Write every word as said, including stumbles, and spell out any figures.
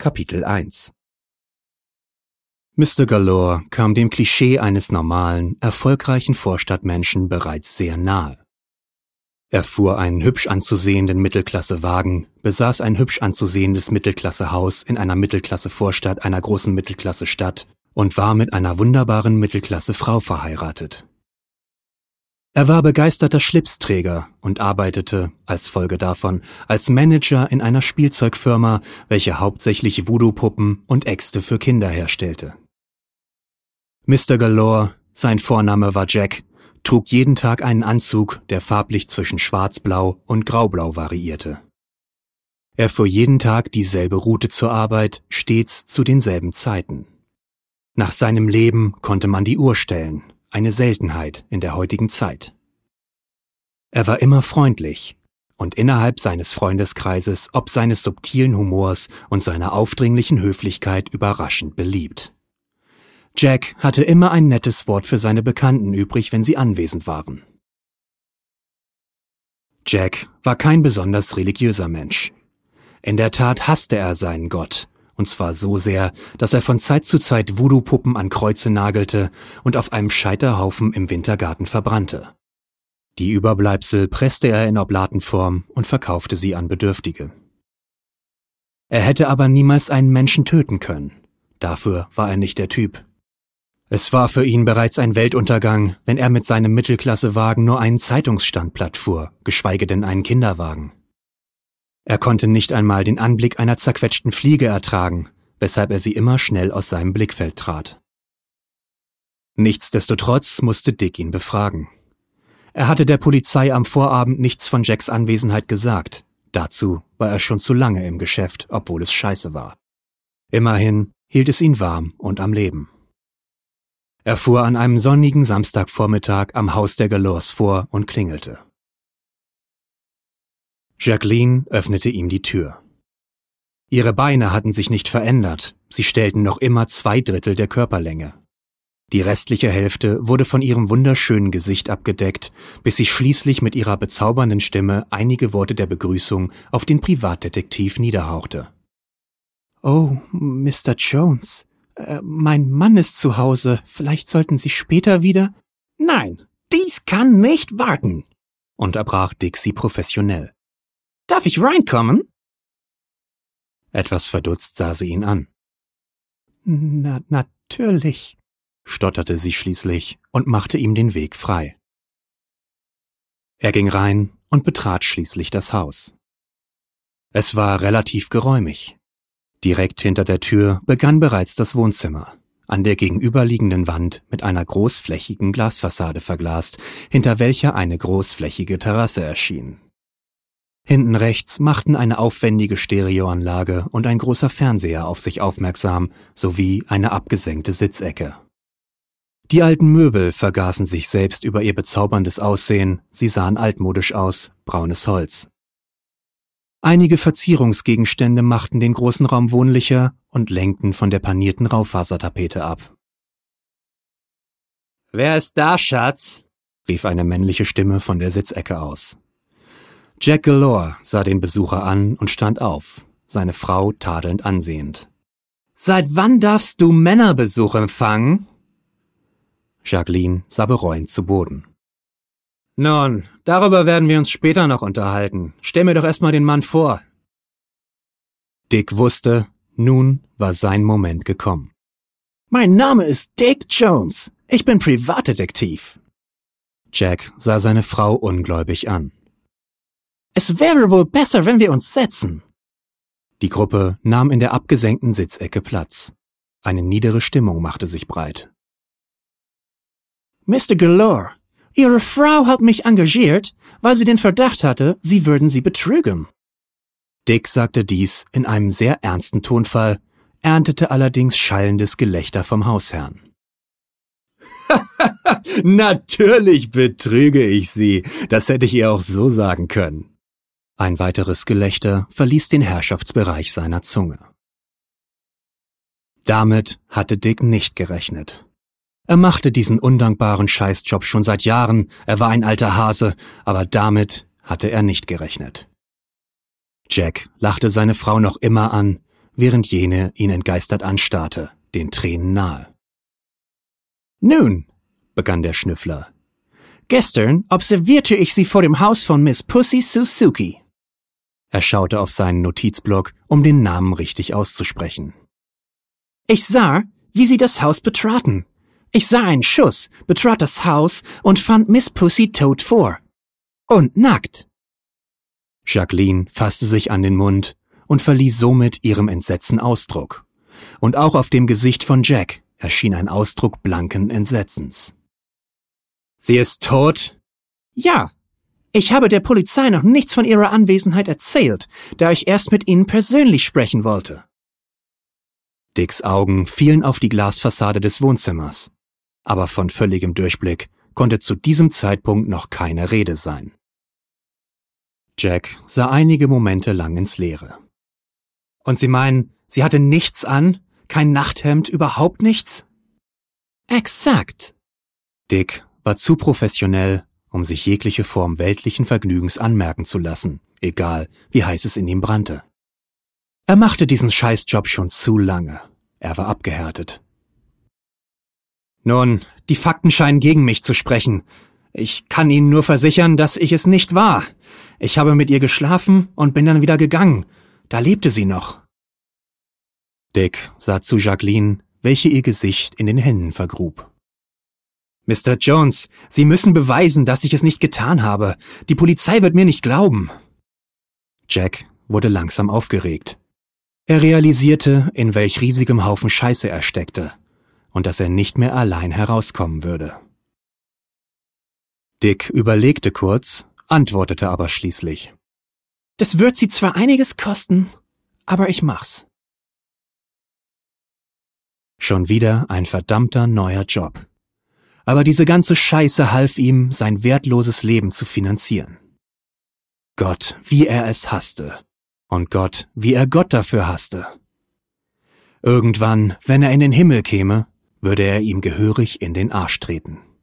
Kapitel eins Mister Galore kam dem Klischee eines normalen, erfolgreichen Vorstadtmenschen bereits sehr nahe. Er fuhr einen hübsch anzusehenden Mittelklasse-Wagen, besaß ein hübsch anzusehendes Mittelklasse-Haus in einer Mittelklasse-Vorstadt einer großen Mittelklasse-Stadt und war mit einer wunderbaren Mittelklasse-Frau verheiratet. Er war begeisterter Schlipsträger und arbeitete, als Folge davon, als Manager in einer Spielzeugfirma, welche hauptsächlich Voodoo-Puppen und Äxte für Kinder herstellte. Mister Galore, sein Vorname war Jack, trug jeden Tag einen Anzug, der farblich zwischen schwarzblau und graublau variierte. Er fuhr jeden Tag dieselbe Route zur Arbeit, stets zu denselben Zeiten. Nach seinem Leben konnte man die Uhr stellen, eine Seltenheit in der heutigen Zeit. Er war immer freundlich und innerhalb seines Freundeskreises ob seines subtilen Humors und seiner aufdringlichen Höflichkeit überraschend beliebt. Jack hatte immer ein nettes Wort für seine Bekannten übrig, wenn sie anwesend waren. Jack war kein besonders religiöser Mensch. In der Tat hasste er seinen Gott, und zwar so sehr, dass er von Zeit zu Zeit Voodoo-Puppen an Kreuze nagelte und auf einem Scheiterhaufen im Wintergarten verbrannte. Die Überbleibsel presste er in Oblatenform und verkaufte sie an Bedürftige. Er hätte aber niemals einen Menschen töten können. Dafür war er nicht der Typ. Es war für ihn bereits ein Weltuntergang, wenn er mit seinem Mittelklassewagen nur einen Zeitungsstand platt fuhr, geschweige denn einen Kinderwagen. Er konnte nicht einmal den Anblick einer zerquetschten Fliege ertragen, weshalb er sie immer schnell aus seinem Blickfeld trat. Nichtsdestotrotz musste Dick ihn befragen. Er hatte der Polizei am Vorabend nichts von Jacks Anwesenheit gesagt. Dazu war er schon zu lange im Geschäft, obwohl es scheiße war. Immerhin hielt es ihn warm und am Leben. Er fuhr an einem sonnigen Samstagvormittag am Haus der Galores vor und klingelte. Jacqueline öffnete ihm die Tür. Ihre Beine hatten sich nicht verändert, sie stellten noch immer zwei Drittel der Körperlänge. Die restliche Hälfte wurde von ihrem wunderschönen Gesicht abgedeckt, bis sie schließlich mit ihrer bezaubernden Stimme einige Worte der Begrüßung auf den Privatdetektiv niederhauchte. »Oh, Mister Jones, äh, mein Mann ist zu Hause, vielleicht sollten Sie später wieder...« »Nein, dies kann nicht warten«, unterbrach Dick sie professionell. »Darf ich reinkommen?« Etwas verdutzt sah sie ihn an. »Na, natürlich«, stotterte sie schließlich und machte ihm den Weg frei. Er ging rein und betrat schließlich das Haus. Es war relativ geräumig. Direkt hinter der Tür begann bereits das Wohnzimmer, an der gegenüberliegenden Wand mit einer großflächigen Glasfassade verglast, hinter welcher eine großflächige Terrasse erschien. Hinten rechts machten eine aufwendige Stereoanlage und ein großer Fernseher auf sich aufmerksam, sowie eine abgesenkte Sitzecke. Die alten Möbel vergaßen sich selbst über ihr bezauberndes Aussehen, sie sahen altmodisch aus, braunes Holz. Einige Verzierungsgegenstände machten den großen Raum wohnlicher und lenkten von der panierten Raufasertapete ab. »Wer ist da, Schatz?« rief eine männliche Stimme von der Sitzecke aus. Jack Galore sah den Besucher an und stand auf, seine Frau tadelnd ansehend. »Seit wann darfst du Männerbesuch empfangen?« Jacqueline sah bereuend zu Boden. »Nun, darüber werden wir uns später noch unterhalten. Stell mir doch erstmal den Mann vor.« Dick wusste, nun war sein Moment gekommen. »Mein Name ist Dick Jones. Ich bin Privatdetektiv.« Jack sah seine Frau ungläubig an. »Es wäre wohl besser, wenn wir uns setzen.« Die Gruppe nahm in der abgesenkten Sitzecke Platz. Eine niedere Stimmung machte sich breit. »Mister Galore, Ihre Frau hat mich engagiert, weil sie den Verdacht hatte, Sie würden sie betrügen.« Dick sagte dies in einem sehr ernsten Tonfall, erntete allerdings schallendes Gelächter vom Hausherrn. »Natürlich betrüge ich Sie, das hätte ich ihr auch so sagen können.« Ein weiteres Gelächter verließ den Herrschaftsbereich seiner Zunge. Damit hatte Dick nicht gerechnet. Er machte diesen undankbaren Scheißjob schon seit Jahren, er war ein alter Hase, aber damit hatte er nicht gerechnet. Jack lachte seine Frau noch immer an, während jene ihn entgeistert anstarrte, den Tränen nahe. »Nun«, begann der Schnüffler, »gestern observierte ich Sie vor dem Haus von Miss Pussy Suzuki.« Er schaute auf seinen Notizblock, um den Namen richtig auszusprechen. »Ich sah, wie Sie das Haus betraten. Ich sah einen Schuss, betrat das Haus und fand Miss Pussy tot vor. Und nackt.« Jacqueline fasste sich an den Mund und verlieh somit ihrem Entsetzen Ausdruck. Und auch auf dem Gesicht von Jack erschien ein Ausdruck blanken Entsetzens. »Sie ist tot?« »Ja. Ich habe der Polizei noch nichts von ihrer Anwesenheit erzählt, da ich erst mit Ihnen persönlich sprechen wollte.« Dicks Augen fielen auf die Glasfassade des Wohnzimmers, aber von völligem Durchblick konnte zu diesem Zeitpunkt noch keine Rede sein. Jack sah einige Momente lang ins Leere. »Und Sie meinen, sie hatte nichts an? Kein Nachthemd, überhaupt nichts?« »Exakt.« Dick war zu professionell, um sich jegliche Form weltlichen Vergnügens anmerken zu lassen, egal wie heiß es in ihm brannte. Er machte diesen Scheißjob schon zu lange. Er war abgehärtet. »Nun, die Fakten scheinen gegen mich zu sprechen. Ich kann Ihnen nur versichern, dass ich es nicht war. Ich habe mit ihr geschlafen und bin dann wieder gegangen. Da lebte sie noch.« Dick sah zu Jacqueline, welche ihr Gesicht in den Händen vergrub. »Mister Jones, Sie müssen beweisen, dass ich es nicht getan habe. Die Polizei wird mir nicht glauben.« Jack wurde langsam aufgeregt. Er realisierte, in welch riesigem Haufen Scheiße er steckte und dass er nicht mehr allein herauskommen würde. Dick überlegte kurz, antwortete aber schließlich. »Das wird Sie zwar einiges kosten, aber ich mach's.« Schon wieder ein verdammter neuer Job. Aber diese ganze Scheiße half ihm, sein wertloses Leben zu finanzieren. Gott, wie er es hasste. Und Gott, wie er Gott dafür hasste. Irgendwann, wenn er in den Himmel käme, würde er ihm gehörig in den Arsch treten.